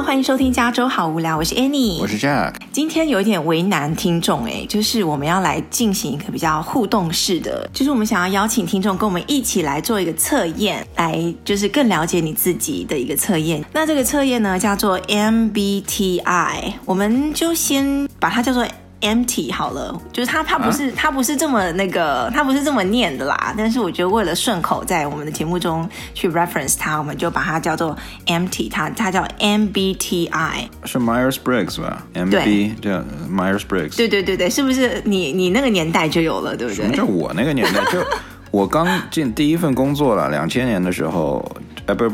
Hello， 欢迎收听加州好无聊，我是 Annie， 我是 Jack。 今天有一点为难听众就是我们要来进行一个比较互动式的，就是我们想要邀请听众跟我们一起来做一个测验，来就是更了解你自己的一个测验。那这个测验呢叫做 MBTI， 我们就先把它叫做MT 好了，就是它不是这么它不是这么念的啦，但是我觉得为了顺口在我们的节目中去 reference 它，我们就把它叫做 MT， 它叫 MBTI， 是 Myers-Briggs 吧 ？MB 叫 Myers-Briggs。 对，是不是你那个年代就有了，对不对？ 什么叫我那个年代？就我刚进第一份工作了，2000年的时候，不是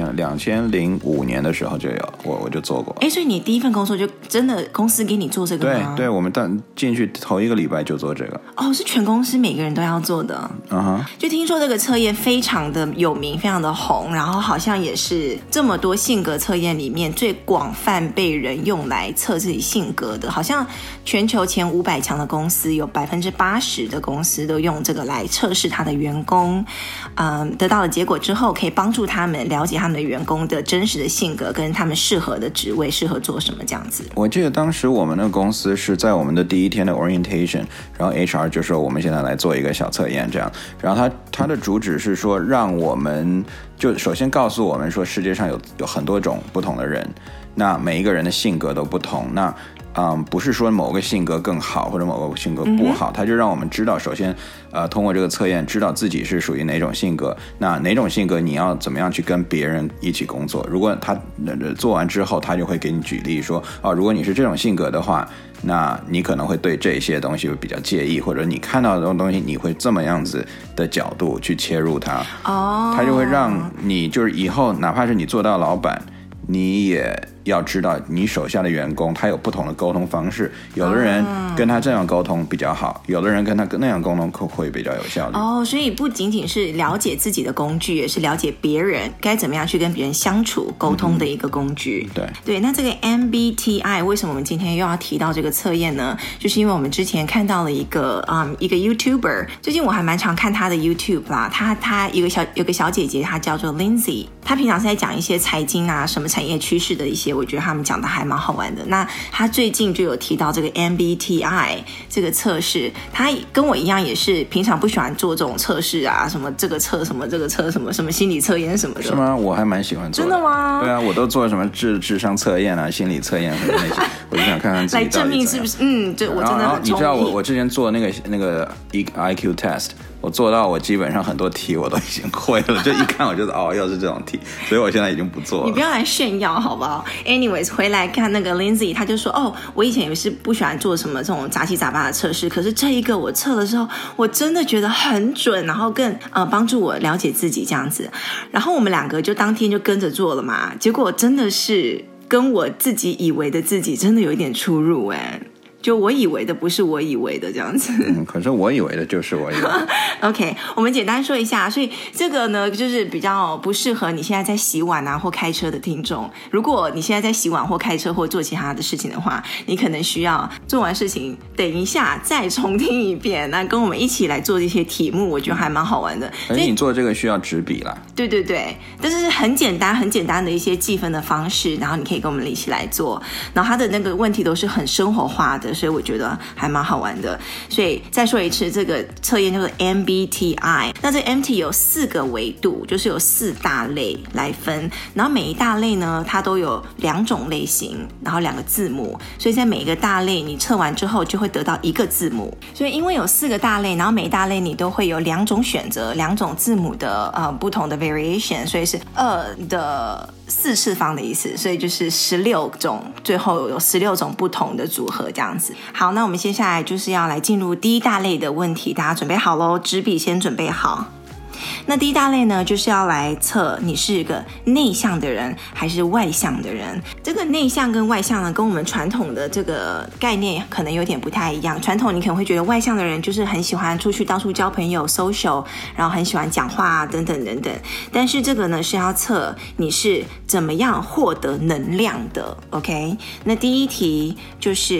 2005年的时候就有，我就做过。 所以你第一份工作就真的公司给你做这个吗？ 对，我们进去头一个礼拜就做这个。 哦，是全公司每个人都要做的。就听说这个测验非常的有名，非常的红，然后好像也是这么多性格测验里面最广泛被人用来测自己性格的，好像全球前500强的公司有80%的公司都用这个来测试他的员工，得到的结果之后可以帮助他们了解他们的员工的真实的性格跟他们适合的职位适合做什么这样子。 我记得当时我们那个公司是在我们的第一天的 orientation， 然后 HR 就说我们现在来做一个小测验这样，然后他的主旨是说让我们就首先告诉我们说世界上有很多种不同的人，那每一个人的性格都不同，那不是说某个性格更好或者某个性格不好，他就让我们知道，首先通过这个测验知道自己是属于哪种性格，那哪种性格你要怎么样去跟别人一起工作。如果他做完之后，他就会给你举例说，如果你是这种性格的话，那你可能会对这些东西比较介意，或者你看到的这种东西你会这么样子的角度去切入它。他就会让你就是以后哪怕是你做到老板，你也要知道你手下的员工他有不同的沟通方式，有的人跟他这样沟通比较好，有的人跟他那样沟通会比较有效率。 所以不仅仅是了解自己的工具，也是了解别人该怎么样去跟别人相处沟通的一个工具。对，那这个 MBTI 为什么我们今天又要提到这个测验呢？就是因为我们之前看到了一个 YouTuber， 最近我还蛮常看他的 YouTube 啦，他有个小姐姐，她叫做 Lindsay， 她平常是在讲一些财经啊什么产业趋势的一些，我觉得他们讲的还蛮好玩的。那他最近就有提到这个 MBTI 这个测试，他跟我一样也是平常不喜欢做这种测试啊，什么这个测什么这个测什么什么心理测验什么的。 是吗？我还蛮喜欢做的。 真的吗？ 对啊，我都做什么智商测验啊、心理测验什么那些，我就想看看自己到底怎么样。来证明是不是？这我真的很聪明。你知道我之前做那个 IQ test， 我做到我基本上很多题我都已经会了，就一看我就又是这种题，所以我现在已经不做了。 你不要来炫耀好不好 ？Anyways， 回来看那个 Lindsay， 他就说我以前也是不喜欢做什么这种杂七杂八的测试，可是这一个我测了之后，我真的觉得很准，然后更帮助我了解自己这样子。然后我们两个就当天就跟着做了嘛，结果真的是跟我自己以为的自己真的有一点出入就我以为的不是我以为的这样子。 可是我以为的就是我以为的。 OK， 我们简单说一下，所以这个呢就是比较不适合你现在在洗碗啊或开车的听众。如果你现在在洗碗或开车或做其他的事情的话，你可能需要做完事情等一下再重听一遍，那跟我们一起来做这些题目，我觉得还蛮好玩的。 而且你做这个需要纸笔啦。 对，但是很简单的一些计分的方式，然后你可以跟我们一起来做，然后它的那个问题都是很生活化的，所以我觉得还蛮好玩的。所以再说一次，这个测验叫做 MBTI。那这 MT 有4个维度，就是有4大类来分，然后每一大类呢它都有2种类型，然后2个字母，所以在每一个大类你测完之后就会得到1个字母。所以因为有4个大类，然后每一大类你都会有2种选择，2种字母的不同的 variation， 所以是2的4次方的意思，所以就是16种，最后有16种不同的组合这样子。好，那我们接下来就是要来进入第一大类的问题，大家准备好咯，纸笔先准备好。那第一大类呢，就是要来测你是一个内向的人还是外向的人。这个内向跟外向呢，跟我们传统的这个概念可能有点不太一样。传统你可能会觉得外向的人就是很喜欢出去到处交朋友 social， 然后很喜欢讲话等等等等。但是这个呢是要测你是怎么样获得能量的 OK。 那第一题就是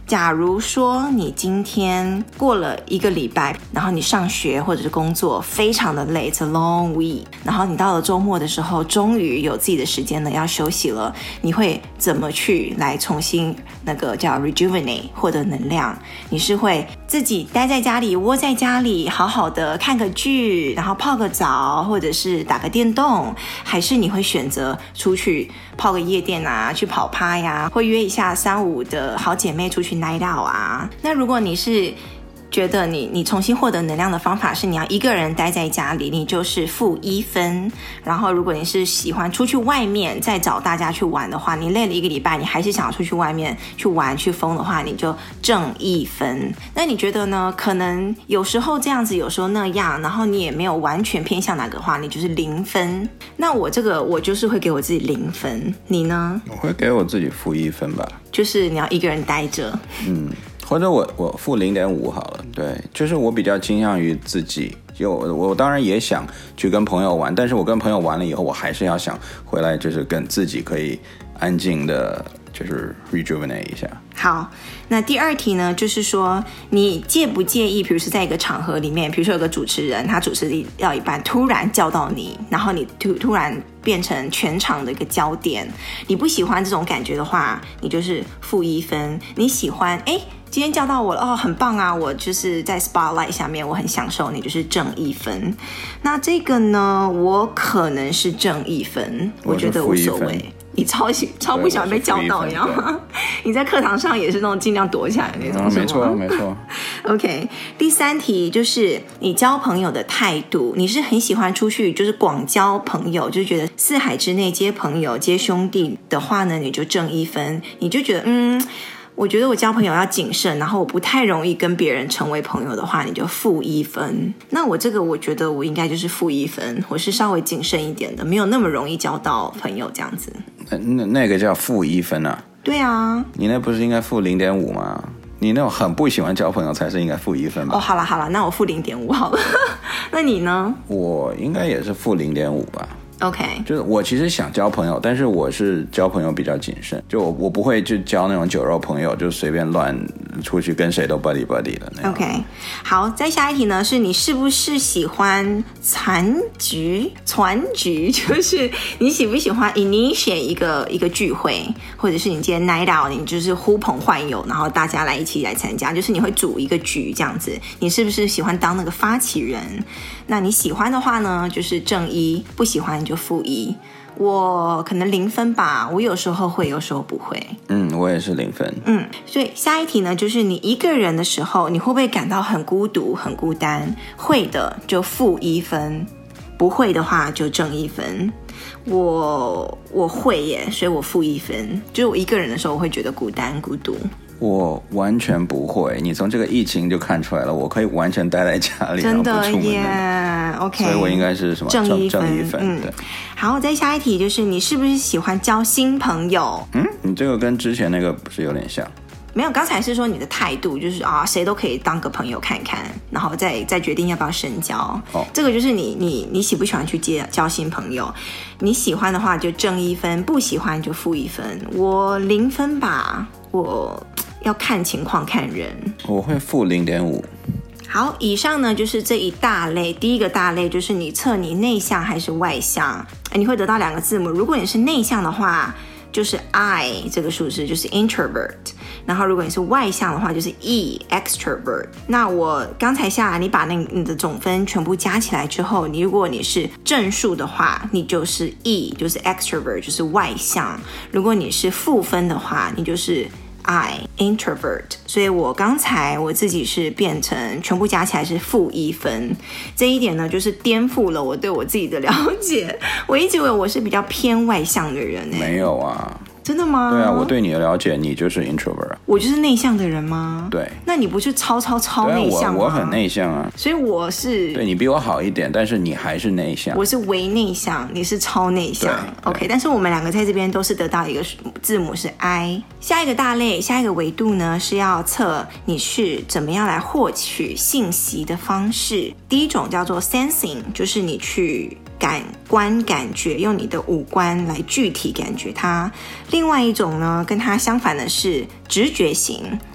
假如说你今天过了1个礼拜，然后你上学或者是工作非常的累， It's a long week， 然后你到了周末的时候终于有自己的时间了，要休息了，你会怎么去来重新那个叫 rejuvenate 获得能量？你是会自己待在家里，窝在家里好好的看个剧，然后泡个澡，或者是打个电动，还是你会选择出去泡个夜店啊，去跑趴呀，会约一下3-5的好姐妹出去 night out 啊？那如果你是觉得你重新获得能量的方法是你要一个人待在家里，你就是-1分。然后如果你是喜欢出去外面再找大家去玩的话，你累了1个礼拜，你还是想要出去外面去玩去疯的话，你就-1分。那你觉得呢？可能有时候这样子，有时候那样，然后你也没有完全偏向哪个话，你就是0分。那我就是会给我自己0分，你呢？ 我会给我自己-1分吧， 就是你要一个人待着。 或者我-0.5好了。对，就是我比较倾向于自己，就我当然也想去跟朋友玩，但是我跟朋友玩了以后，我还是要想回来，就是跟自己可以安静的就是 rejuvenate 一下。 好，那第2题呢，就是说你介不介意，比如说在一个场合里面，比如说有个主持人，他主持到一半突然叫到你，然后你突然变成全场的一个焦点，你不喜欢这种感觉的话，你就是-1分。你喜欢今天叫到我了哦，很棒啊！我就是在 spotlight 下面，我很享受，你就是+1分。那这个呢，我可能是+1分，我觉得无所谓。你超不喜欢被叫到，你知道吗？你在课堂上也是那种尽量躲起来的那种， 没错没错。 OK， 第3题就是你交朋友的态度，你是很喜欢出去就是广交朋友，就是觉得4海之内皆朋友皆兄弟的话呢，你就+1分，你就觉得我觉得我交朋友要谨慎，然后我不太容易跟别人成为朋友的话，你就-1分。那我觉得我应该就是-1分，我是稍微谨慎一点的，没有那么容易交到朋友这样子。 那个叫-1分啊？ 对啊， 你那不是应该-0.5吗？你那种很不喜欢交朋友才是应该-1分吧？ 哦，好了，那我-0.5好了。那你呢？ 我应该也是-0.5吧。 OK， 就是我其实想交朋友，但是我是交朋友比较谨慎，就我不会就交那种酒肉朋友，就随便乱出去跟谁都 buddy 的那种。 OK， 好，再下一题呢，是你是不是喜欢攒局，就是你喜不喜欢 initiate 一个聚会，或者是你今天 night out， 你就是呼朋唤友，然后大家一起来参加，就是你会组一个局这样子，你是不是喜欢当那个发起人？那你喜欢的话呢，就是+1，不喜欢就-1。我可能0分吧，我有时候会，有时候不会。 我也是0分。 所以下一题呢，就是你一个人的时候，你会不会感到很孤独、很孤单？会的就-1分，不会的话就+1分。我会耶，所以我-1分。就是我一个人的时候，我会觉得孤单、孤独。 我完全不会，你从这个疫情就看出来了，我可以完全待在家里， 真的耶。 OK， 所以我应该是什么+1分。对。 好，再下一题就是你是不是喜欢交新朋友？ 你这个跟之前那个不是有点像？ 没有，刚才是说你的态度就是谁都可以当个朋友看看，然后再决定要不要深交。这个就是你喜不喜欢去交新朋友？你喜欢的话就+1分，不喜欢就-1分。我0分吧，我要看情况看人。 我会-0.5。 好，以上呢就是这一大类。第一个大类就是你测你内向还是外向，你会得到2个字母。如果你是内向的话，就是 I 这个数字就是 introvert， 然后如果你是外向的话就是 E extrovert。那我刚才下来，你把你的总分全部加起来之后，如果你是正数的话，你就是 E， 就是 extrovert， 就是外向。如果你是负分的话，你就是I introvert。 所以我刚才我自己是变成全部加起来是-1分。这一点呢就是颠覆了我对我自己的了解。我一直以为我是比较偏外向的人。 没有啊。 真的吗？ 对啊，我对你的了解，你就是 introvert。 我就是内向的人吗？ 对。 那你不是超内向吗？ 我很内向啊。 所以我是对你比我好一点，但是你还是内向。 我是微内向，你是超内向。OK， 但是我们2个在这边都是得到一个字母是 I。 下一个大类，下一个维度呢，是要测你是怎么样来获取信息的方式。第一种叫做 sensing， 就是你去感觉，用你的五官来具体感觉它。另外一种呢，跟它相反的是直觉型，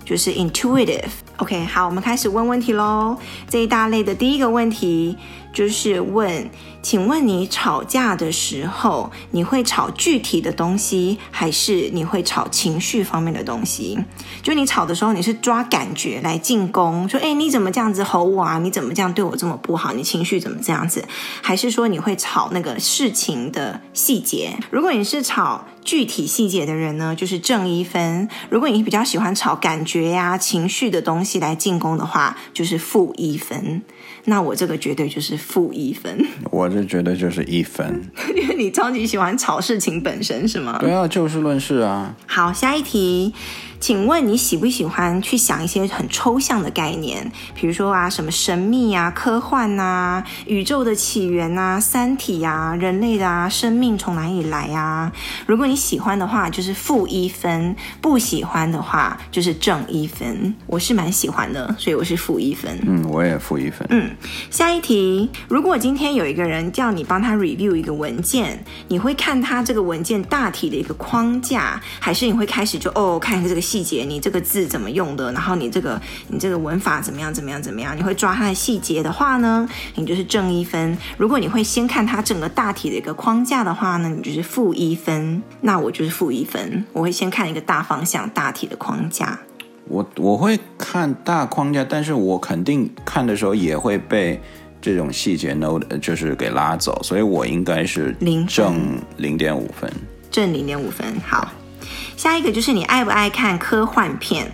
就是 intuitive。OK， 好，我们开始问问题咯。这一大类的第一个问题就是问，请问你吵架的时候，你会吵具体的东西，还是你会吵情绪方面的东西？就你吵的时候，你是抓感觉来进攻，说你怎么这样子吼我啊？你怎么这样对我这么不好？你情绪怎么这样子？还是说你会吵那个事情的细节？如果你是吵具体细节的人呢，就是正1分；如果你比较喜欢吵感觉呀、情绪的东西来进攻的话，就是负1分。那我这个绝对就是负1分。 我这绝对就是1分。 因为你超级喜欢吵事情本身是吗？ 对啊，就事论事啊。 好，下一题，请问你喜不喜欢去想一些很抽象的概念，比如说什么神秘啊、科幻啊、宇宙的起源啊、三体啊、人类的生命从哪里来啊？如果你喜欢的话就是负1分，不喜欢的话就是正1分。我是蛮喜欢的，所以我是负1分。 我也负1分。 下一题，如果今天有一个人叫你帮他 review 一个文件，你会看他这个文件大体的一个框架，还是你会开始就看这个细节，你这个字怎么用的，然后你这个文法怎么样，你会抓它的细节的话呢，你就是正1分。如果你会先看它整个大体的一个框架的话呢，你就是负1分。那我就是负1分，我会先看一个大方向大体的框架。 我会看大框架，但是我肯定看的时候也会被这种细节 note 就是给拉走，所以我应该是正0.5分。 正0.5分。好，下一个就是你爱不爱看科幻片？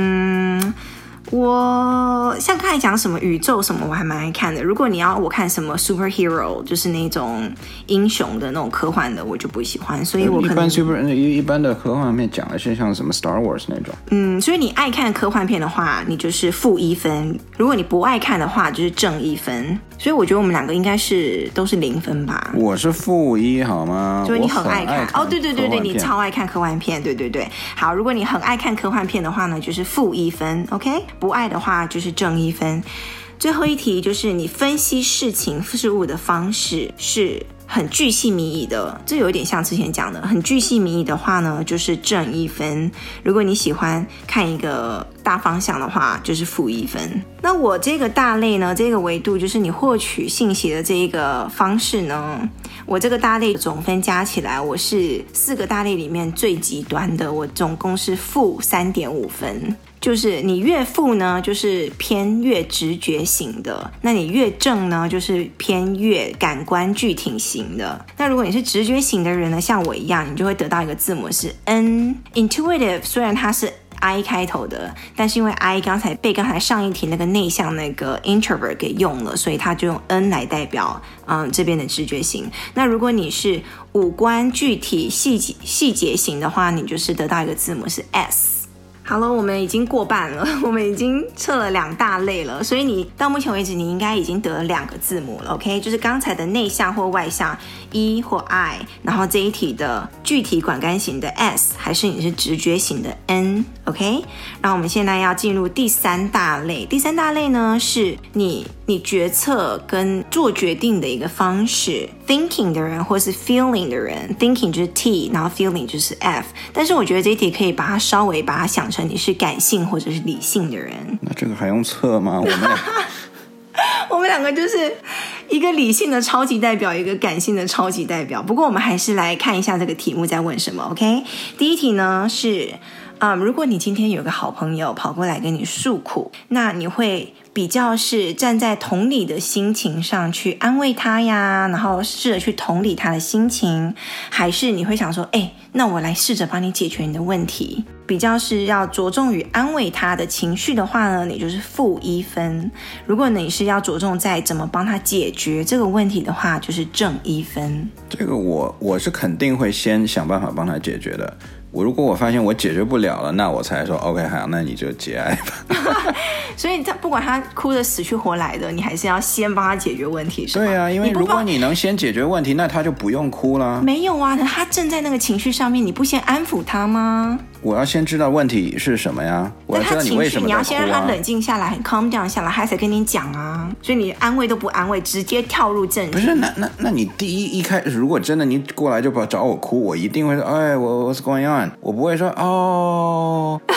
我像刚才讲什么宇宙什么我还蛮爱看的。如果你要我看什么 superhero 就是那种英雄的那种科幻的，我就不喜欢，所以我可能一般的科幻片讲的是像什么 Star Wars 那种。 所以你爱看科幻片的话，你就是负1分；如果你不爱看的话，就是正1分。所以我觉得我们两个应该都是0分吧。 我是负1好吗？ 所以你很爱看对，你超爱看科幻片，对。好，如果你很爱看科幻片的话呢，就是负1分 ，OK？ 不爱的话就是正1分。最后一题就是你分析事情事物的方式是很巨细靡遗的，这有点像之前讲的，很巨细靡遗的话呢，就是正1分。如果你喜欢看一个大方向的话，就是负1分。那我这个大类呢，这个维度就是你获取信息的这一个方式呢，我这个大类总分加起来，我是4个大类里面最极端的，我总共是负3.5分。就是你越负呢，就是偏越直觉型的；那你越正呢，就是偏越感官具体型的。那如果你是直觉型的人呢，像我一样，你就会得到一个字母是 N。Intuitive 虽然它是 I 开头的，但是因为 I 刚才上一题那个内向那个 introvert 给用了，所以它就用 N 来代表这边的直觉型。那如果你是五官具体细节型的话，你就是得到一个字母是 S。好了，我们已经过半了，我们已经测了2大类了，所以你到目前为止你应该已经得了2个字母了 ，OK？ 就是刚才的内向或外向 E 或 I， 然后这一题的具体感官型的 S， 还是你是直觉型的 N，OK？ 然后我们现在要进入第3大类，第3大类呢是你决策跟做决定的一个方式 ，thinking 的人或是 feeling 的人 ，thinking 就是 T， 然后 feeling 就是 F， 但是我觉得这一题可以把它稍微把它想成你是感性或者是理性的人。 那这个还用测吗？ 我们两个就是一个理性的超级代表，一个感性的超级代表。不过我们还是来看一下这个题目在问什么 ，OK？ 第一题呢是，如果你今天有个好朋友跑过来跟你诉苦，那你会比较是站在同理的心情上去安慰他呀，然后试着去同理他的心情，还是你会想说，那我来试着帮你解决你的问题，比较是要着重于安慰他的情绪的话呢，你就是负1分。如果你是要着重在怎么帮他解决这个问题的话，就是正1分。 这个我是肯定会先想办法帮他解决的。如果我发现我解决不了了，那我才说 OK 好，那你就节哀吧。 所以不管他哭得死去活来的，你还是要先帮他解决问题，是吗？ 对啊，因为如果你能先解决问题，那他就不用哭了。 没有啊，他正在那个情绪上面，你不先安抚他吗？ 我要先知道问题是什么呀，我要知道你为什么在哭啊。你要先让他冷静下来，很 calm down 下来，他才跟你讲啊。所以你安慰都不安慰，直接跳入正题。不是，那你一开始，如果真的你过来就找我哭，我一定会说，what's going on？我不会说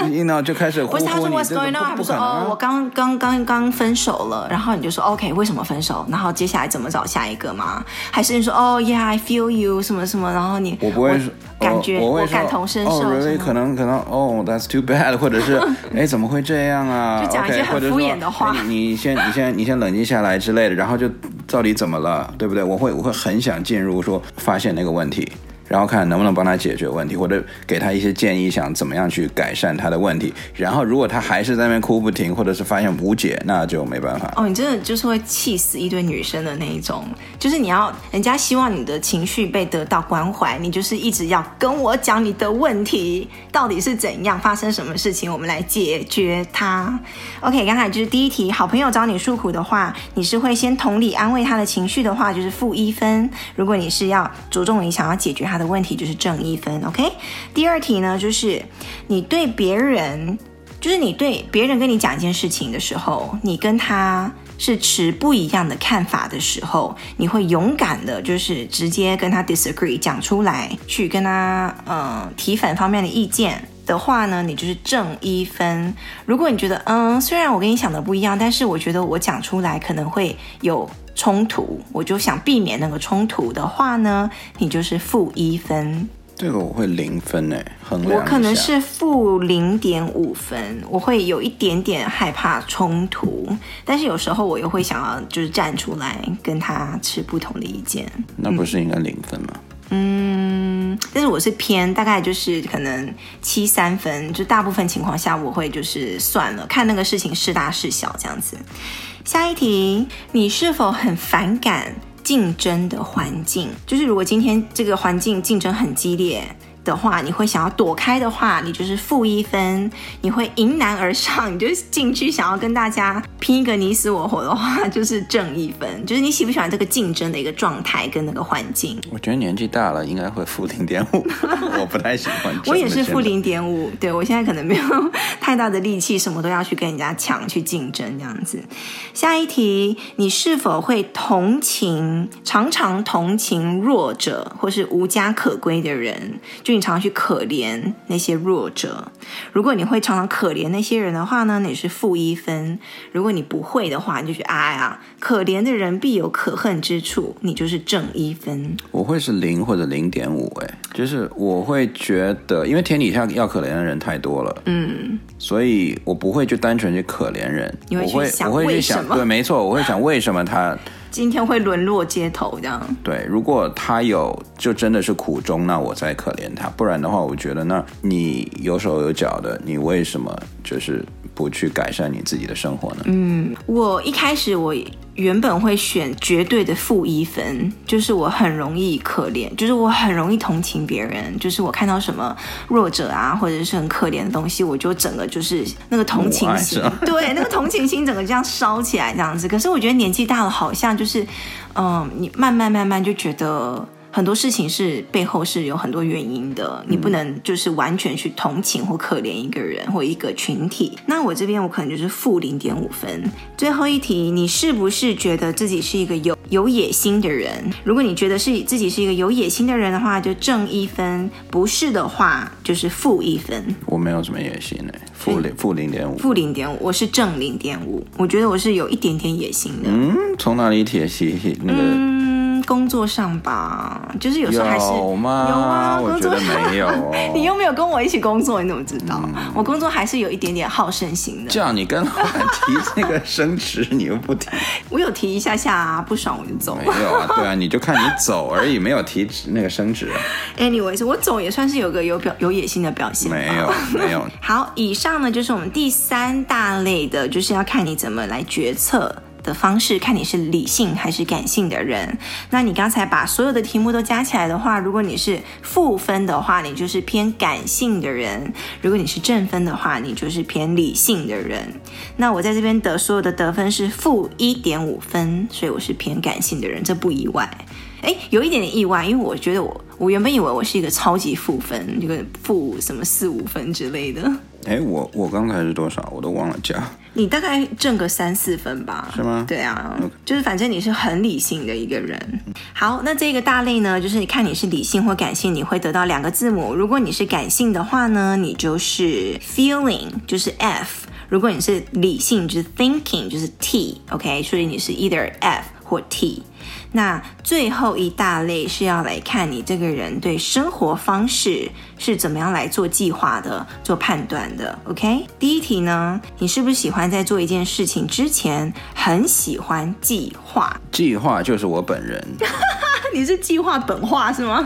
就开始呼呼你， 不是他说 What's going on， 还不是说我刚分手了，然后你就说 OK 为什么分手，然后接下来怎么找下一个吗？还是你说Yeah I feel you 什么什么，然后我不会说感觉我感同身受 really 可能that's too bad， 或者是怎么会这样啊？ 就讲一些很敷衍的话， 你先冷静下来之类的，然后就到底怎么了，对不对？我会很想进入说发现那个问题。然后看能不能帮他解决问题，或者给他一些建议，想怎么样去改善他的问题。然后如果他还是在那边哭不停，或者是发现无解，那就没办法。 你真的就是会气死一堆女生的那一种，就是人家希望你的情绪被得到关怀，你就是一直要跟我讲你的问题到底是怎样，发生什么事情，我们来解决它。OK， 刚才就是第一题，好朋友找你诉苦的话，你是会先同理安慰他的情绪的话，就是-1分；如果你是要着重于想要解决他的问题，就是正1分。 OK， 第二题呢，就是你对别人跟你讲一件事情的时候，你跟他是持不一样的看法的时候，你会勇敢的就是直接跟他 disagree 讲出来，去跟他提反方面的意见的话呢，你就是正1分。如果你觉得虽然我跟你想的不一样，但是我觉得我讲出来可能会有冲突，我就想避免那个冲突的话呢，你就是-1分。 这个我会0分衡量一下。 我可能是-0.5分，我会有一点点害怕冲突，但是有时候我又会想要就是站出来跟他持不同的意见。 那不是应该0分吗？ 但是我是偏大概就是可能7-3分，就大部分情况下我会就是算了，看那个事情是大是小这样子。下一题，你是否很反感竞争的环境？就是如果今天这个环境竞争很激烈的话，你会想要躲开的话，你就是-1分；你会迎难而上，你就进去想要跟大家拼一个你死我活的话，就是正1分。就是你喜不喜欢这个竞争的一个状态跟那个环境？ 我觉得年纪大了应该会-0.5，我不太喜欢。 我也是-0.5，对，我现在可能没有太大的力气，什么都要去跟人家抢去竞争这样子。下一题，你是否会常常同情弱者或是无家可归的人？就你常常去可怜那些弱者。如果你会常常可怜那些人的话呢，你是-1分；如果你不会的话，你就觉得可怜的人必有可恨之处，你就是正1分。 我会是0或者0.5，就是我会觉得，因为天底下要可怜的人太多了，所以我不会就单纯去可怜人， 你会去想为什么？ 对，没错，我会想为什么他今天会沦落街头这样。 对，如果他就真的是苦衷，那我再可怜他，不然的话我觉得那你有手有脚的，你为什么就是不去改善你自己的生活呢？ 我一开始我原本会选绝对的-1分，就是我很容易可怜，就是我很容易同情别人，就是我看到什么弱者啊或者是很可怜的东西，我就整个就是那个同情心，对，那个同情心整个这样烧起来这样子。可是我觉得年纪大了好像就是你慢慢就觉得很多事情是背后是有很多原因的，你不能就是完全去同情或可怜一个人或一个群体。那我这边我可能就是-0.5分。最后一题，你是不是觉得自己是一个有野心的人？如果你觉得自己是一个有野心的人的话，就正1分；不是的话，就是-1分。 我没有什么野心-0.5。 -0.5，我是正0.5。我觉得我是有一点点野心的。 从哪里铁西那个？ 工作上吧，就是有时候还是有吗？有啊，我觉得没有你又没有跟我一起工作，你怎么知道？我工作还是有一点点好胜心的。 这样你跟老板提那个升职，你又不提。 我有提一下啊，不爽我就走。 没有啊，对啊，你就看你走而已，没有提那个升职。 Anyways， 我走也算是有个有野心的表现。 没有。 好，以上呢就是我们第3大类的，就是要看你怎么来决策的方式，看你是理性还是感性的人。那你刚才把所有的题目都加起来的话，如果你是-分的话，你就是偏感性的人；如果你是正分的话，你就是偏理性的人。那我在这边的所有的得分是-1.5分，所以我是偏感性的人，这不意外。有一点点意外，因为我觉得我原本以为我是一个超级负分，这个负什么4-5分之类的。 我刚才是多少？我都忘了加。 你大概挣个3-4分吧？ 是吗？ 对啊，就是反正你是很理性的一个人。好，那这个大类呢，就是你看你是理性或感性，你会得到2个字母。如果你是感性的话呢，你就是 feeling， 就是 F。如果你是理性，就是 thinking， 就是 T。OK， 所以你是 either F 或 T。那最后一大类是要来看你这个人对生活方式是怎么样来做计划的，做判断的。 OK， 第一题呢，你是不是喜欢在做一件事情之前很喜欢计划？ 计划就是我本人。 你是计划本化是吗？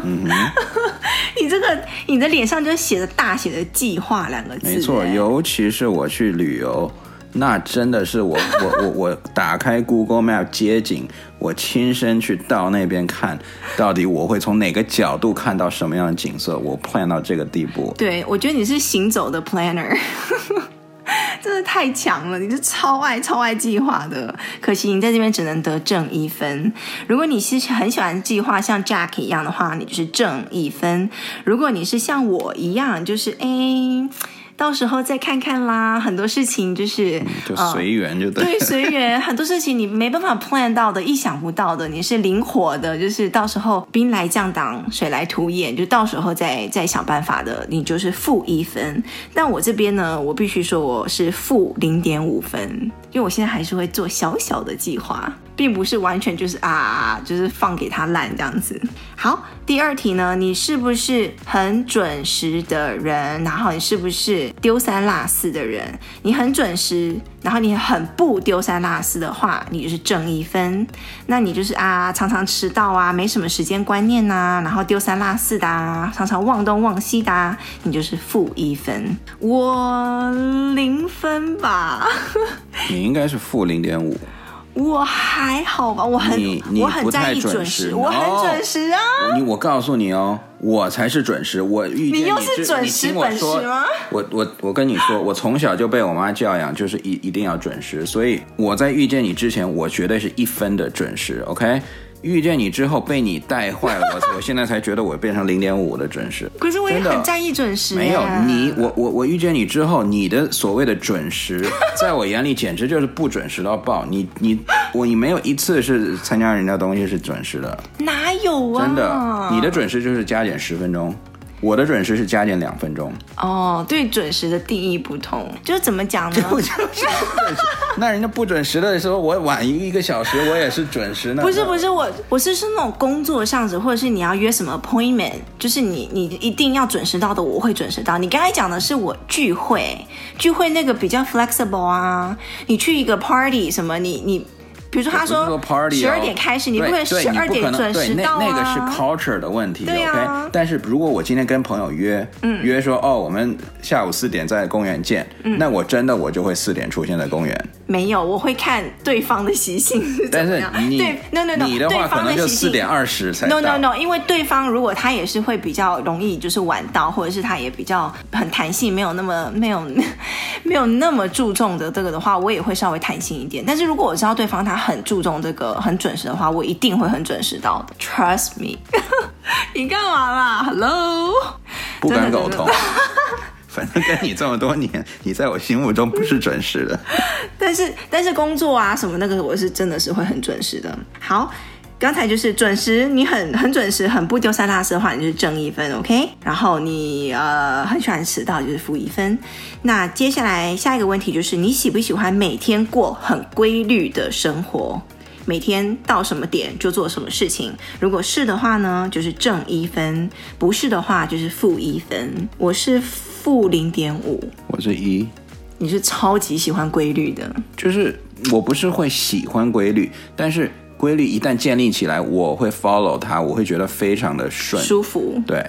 你的脸上就写着大写的计划2个字。 没错，尤其是我去旅游，那真的是我打开 Google Map 街景，我亲身去到那边看，到底我会从哪个角度看到什么样的景色，我 plan 到这个地步。 对，我觉得你是行走的 planner。真的太强了，你是超爱计划的，可惜你在这边只能得正1分。如果你是很喜欢计划像 Jack 一样的话，你就是正1分。如果你是像我一样就是到时候再看看啦，很多事情就是就随缘就对了。 对，随缘，很多事情你没办法 plan 到的，意想不到的，你是灵活的，就是到时候兵来将挡，水来土掩，就到时候再想办法的，你就是负1分。但我这边呢，我必须说我是负0.5分，因为我现在还是会做小小的计划，并不是完全就是就是放给他烂这样子。好，第2题呢，你是不是很准时的人？然后你是不是丢三落四的人？你很准时，然后你很不丢三落四的话，你就是正1分。那你就是常常迟到啊，没什么时间观念啊，然后丢三落四的啊，常常忘东忘西的啊，你就是负1分。我0分吧。 你应该是负0.5。 我还好吧，我很在意准时，我很准时啊。 我告诉你哦，我才是准时。我遇见你又是准时本事吗？ 我跟你说，我从小就被我妈教养，就是一定要准时。所以我在遇见你之前，我绝对是1分的准时。OK。遇见你之后被你带坏了，我现在才觉得我变成0.5的准时。 可是我也很在意准时。 没有我遇见你之后，你的所谓的准时，在我眼里简直就是不准时到爆。你没有一次是参加人家东西是准时的。 哪有啊？ 真的，你的准时就是加减10分钟。我的准时是加减2分钟。 哦，对准时的定义不同，就是怎么讲呢？ 那人家不准时的时候，我晚1个小时，我也是准时呢。 不是，我是那种工作上子，或者是你要约什么 appointment， 就是你一定要准时到的，我会准时到。你刚才讲的是我聚会那个比较 flexible 啊，你去一个 party 什么，你。比如说他说12点开始，你不可能12点准时到啊。 那个是 culture 的问题。 对啊。 OK， 但是如果我今天跟朋友约说我们下午4点在公园见，那我就会4点出现在公园。 没有，我会看对方的习性是怎么样。 但是你的话可能就4点20才到。 No， 因为对方如果他也是会比较容易就是晚到，或者是他也比较很弹性，没有那么注重的这个的话，我也会稍微弹性一点。但是如果我知道对方他很注重这个很准时的话，我一定会很准时到的。Trust me。你干嘛啦 ？Hello， 不敢苟同。反正跟你这么多年，你在我心目中不是准时的。 但是工作啊什么那个，我是真的是会很准时的。好。刚才就是准时，你很准时，很不丢三落四的话，你就是正1分 ，OK？ 然后你很喜欢迟到，就是负1分。那接下来下一个问题就是，你喜不喜欢每天过很规律的生活？每天到什么点就做什么事情？如果是的话呢，就是正1分；不是的话，就是负1分。我是负0.5， 我是1。 你是超级喜欢规律的， 就是我不是会喜欢规律，但是。规律一旦建立起来，我会 follow 它，我会觉得非常的顺舒服。 对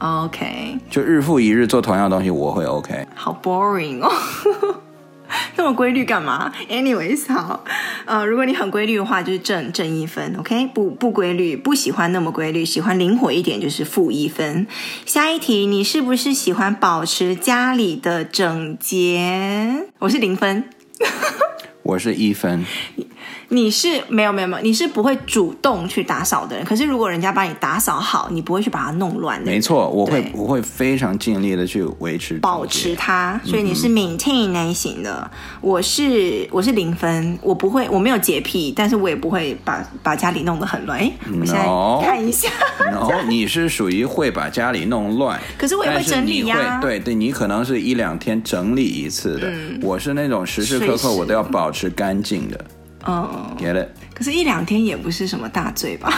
，OK， 就日复一日做同样的东西，我会 OK。 好 boring 哦，这么规律干嘛 ？Anyways， 好，如果你很规律的话，就是正1分 ，OK？ 不规律，不喜欢那么规律，喜欢灵活一点，就是负1分。下一题，你是不是喜欢保持家里的整洁？我是0分。 我是1分。 你是没有，你是不会主动去打扫的人。可是如果人家把你打扫好，你不会去把它弄乱的人。 没错，我会非常尽力的去维持保持它，所以你是 maintain 那一型的。我是0分，我没有洁癖，但是我也不会把家里弄得很乱。我现在看一下。 你是属于会把家里弄乱， 可是我也会整理呀。 对，你可能是1-2天整理一次的。我是那种时时刻刻我都要保持干净的。Get it？ 可是1-2天也不是什么大罪吧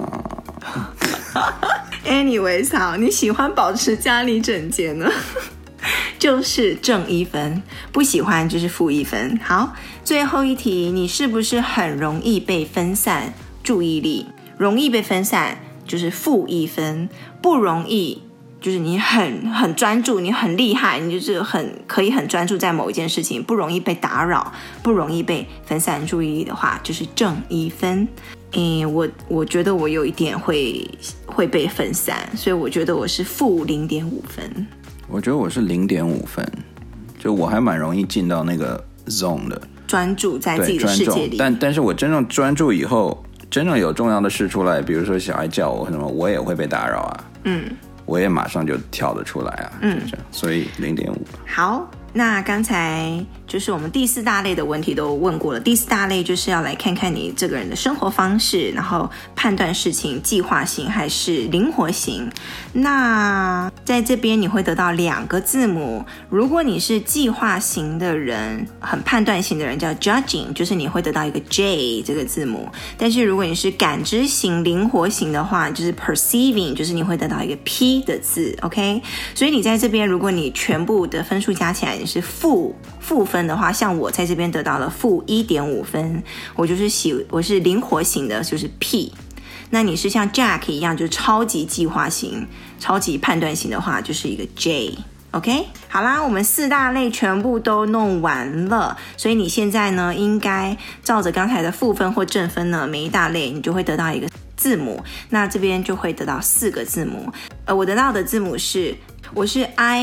？Anyways， 好，你喜欢保持家里整洁呢，就是正1分；不喜欢就是负1分。好，最后一题，你是不是很容易被分散注意力？容易被分散就是负1分，不容易就是你很专注，你很厉害，你就是可以很专注在某一件事情，不容易被打扰，不容易被分散注意力的话，就是正1分。我觉得我有一点会被分散，所以我觉得我是负0.5分。 我觉得我是0.5分，就我还蛮容易进到那个 zone 的， 专注在自己的世界里。 但是我真正专注以后，真正有重要的事出来，比如说小孩叫我什么，我也会被打扰啊。我也马上就跳得出来啊。所以0.5。好， 那刚才就是我们第4大类的问题都问过了。第4大类就是要来看看你这个人的生活方式，然后判断事情计划型还是灵活型。那在这边你会得到2个字母，如果你是计划型的人，很判断型的人叫 judging， 就是你会得到一个 J 这个字母。但是如果你是感知型灵活型的话，就是 perceiving， 就是你会得到一个 P 的字。 OK， 所以你在这边如果你全部的分数加起来你是负分的话，像我在这边得到了负1.5分，我是灵活型的，就是 P。 那你是像 Jack 一样就是超级计划型超级判断型的话，就是一个 J。 OK， 好啦，我们4大类全部都弄完了，所以你现在呢应该照着刚才的负分或正分呢，每一大类你就会得到一个字母，那这边就会得到4个字母。我得到的字母是，我是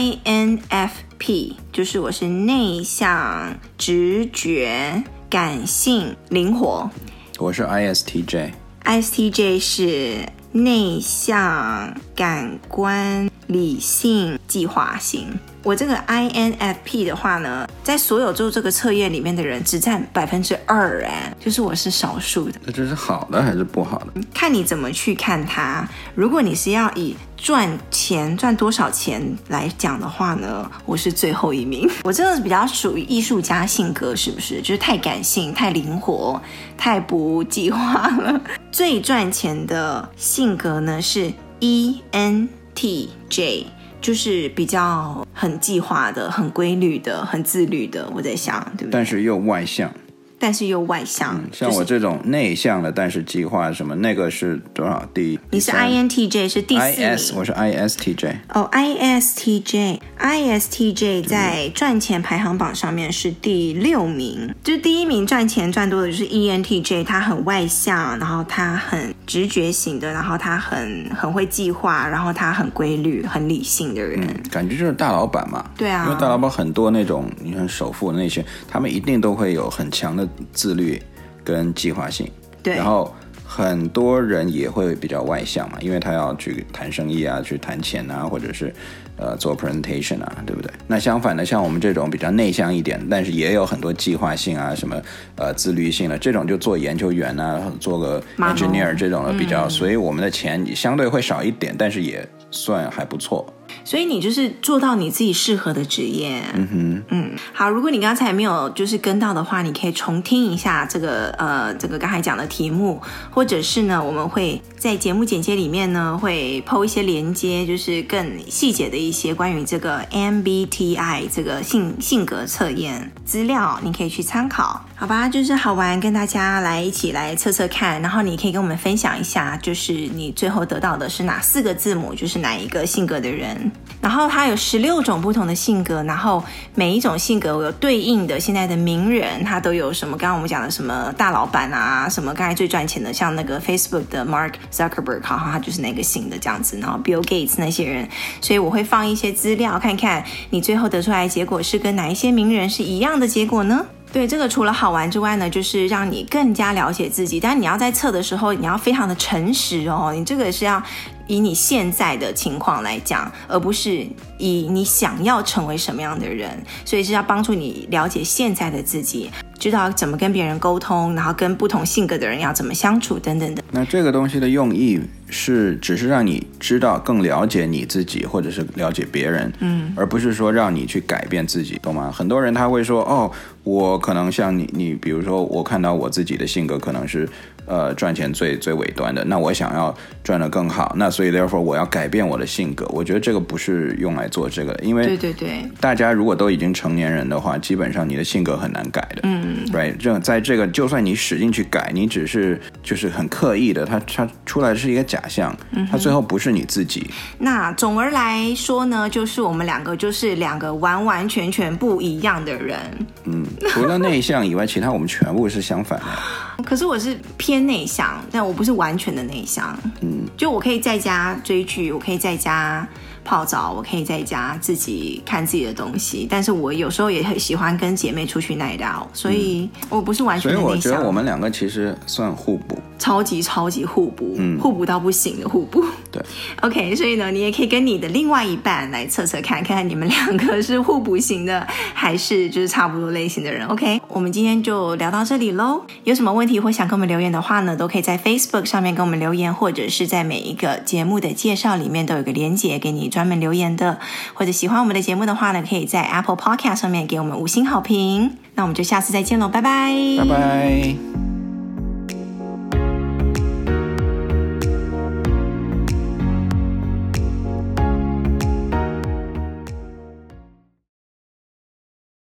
INFP， 就是我是内向、直觉、感性、灵活。 我是 ISTJ 是内向、感官、理性、计划型。我这个 INFP 的话呢，在所有做这个测验里面的人只占 2%， 就是我是少数的。 那这是好的还是不好的？ 看你怎么去看它。如果你是要以赚多少钱来讲的话呢，我是最后一名。我真的比较属于艺术家性格，是不是？就是太感性、太灵活、太不计划了。最赚钱的性格呢是 ENTJ， 就是比较很计划的、很规律的、很自律的。我在想，对不对？ 但是又外向。 像我这种内向的但是计划什么，那个是多少？ 你是 INTJ 是第4名。 我是 ISTJ。 ISTJ 在赚钱排行榜上面是第6名，就是第1名赚钱赚多的就是 ENTJ， 他很外向，然后他很直觉型的，然后他很会计划，然后他很规律、很理性的人。 感觉就是大老板嘛。 对啊， 因为大老板很多那种你看首富的那些，他们一定都会有很强的自律跟计划性。 对， 然后很多人也会比较外向嘛，因为他要去谈生意啊，去谈钱啊，或者是做 presentation 啊，对不对？那相反的，像我们这种比较内向一点，但是也有很多计划性啊，什么自律性的这种，就做研究员啊，做个 engineer 这种的比较，所以我们的钱相对会少一点，但是也算还不错。 所以你就是做到你自己适合的职业。好，如果你刚才没有就是跟到的话，你可以重听一下这个刚才讲的题目，或者是呢，我们会在节目简介里面呢会 po 一些连接，就是更细节的一些关于这个 MBTI 这个性格测验资料，你可以去参考。好吧，就是好玩，跟大家一起来测测看，然后你可以跟我们分享一下，就是你最后得到的是哪4个字母，就是哪一个性格的人。然后它有16种不同的性格，然后每一种性格有对应的现在的名人，他都有什么刚刚我们讲的什么大老板啊，什么刚才最赚钱的，像那个 Facebook 的 Mark Zuckerberg， 好像他就是那个型的这样子，然后 Bill Gates 那些人，所以我会放一些资料看看你最后得出来的结果是跟哪一些名人是一样的结果呢？ 对，这个除了好玩之外呢，就是让你更加了解自己，但你要在测的时候你要非常的诚实哦，你这个是要以你现在的情况来讲，而不是以你想要成为什么样的人，所以是要帮助你了解现在的自己，知道怎么跟别人沟通，然后跟不同性格的人要怎么相处等等的。 那这个东西的用意是只是让你知道更了解你自己，或者是了解别人，而不是说让你去改变自己，懂吗？很多人他会说，哦，我可能像你比如说我看到我自己的性格可能是赚钱最尾端的，那我想要赚得更好，那所以 therefore 我要改变我的性格。我觉得这个不是用来做这个的，因为对， 大家如果都已经成年人的话，基本上你的性格很难改的。right， 在这个就算你使劲去改，你只是就是很刻意的，它出来的是一个假象，它最后不是你自己。 那总而来说呢，就是我们两个就是两个完完全全不一样的人。 除了内向以外，其他我们全部是相反的。 可是我是偏内向，但我不是完全的内向。就我可以在家追剧，我可以在家泡澡，我可以在家自己看自己的东西，但是我有时候也很喜欢跟姐妹出去 night out， 所以我不是完全的内向。 所以我觉得我们两个其实算互补， 超级互补，互补到不行的互补。 对 ，OK， 所以呢，你也可以跟你的另外一半来测测看看你们两个是互补型的，还是就是差不多类型的人。OK， 我们今天就聊到这里咯。有什么问题或想跟我们留言的话呢，都可以在 Facebook 上面跟我们留言，或者是在每一个节目的介绍里面都有个连结给你专门留言的。或者喜欢我们的节目的话呢，可以在 Apple Podcast 上面给我们5星好评。那我们就下次再见咯，拜拜， 拜拜。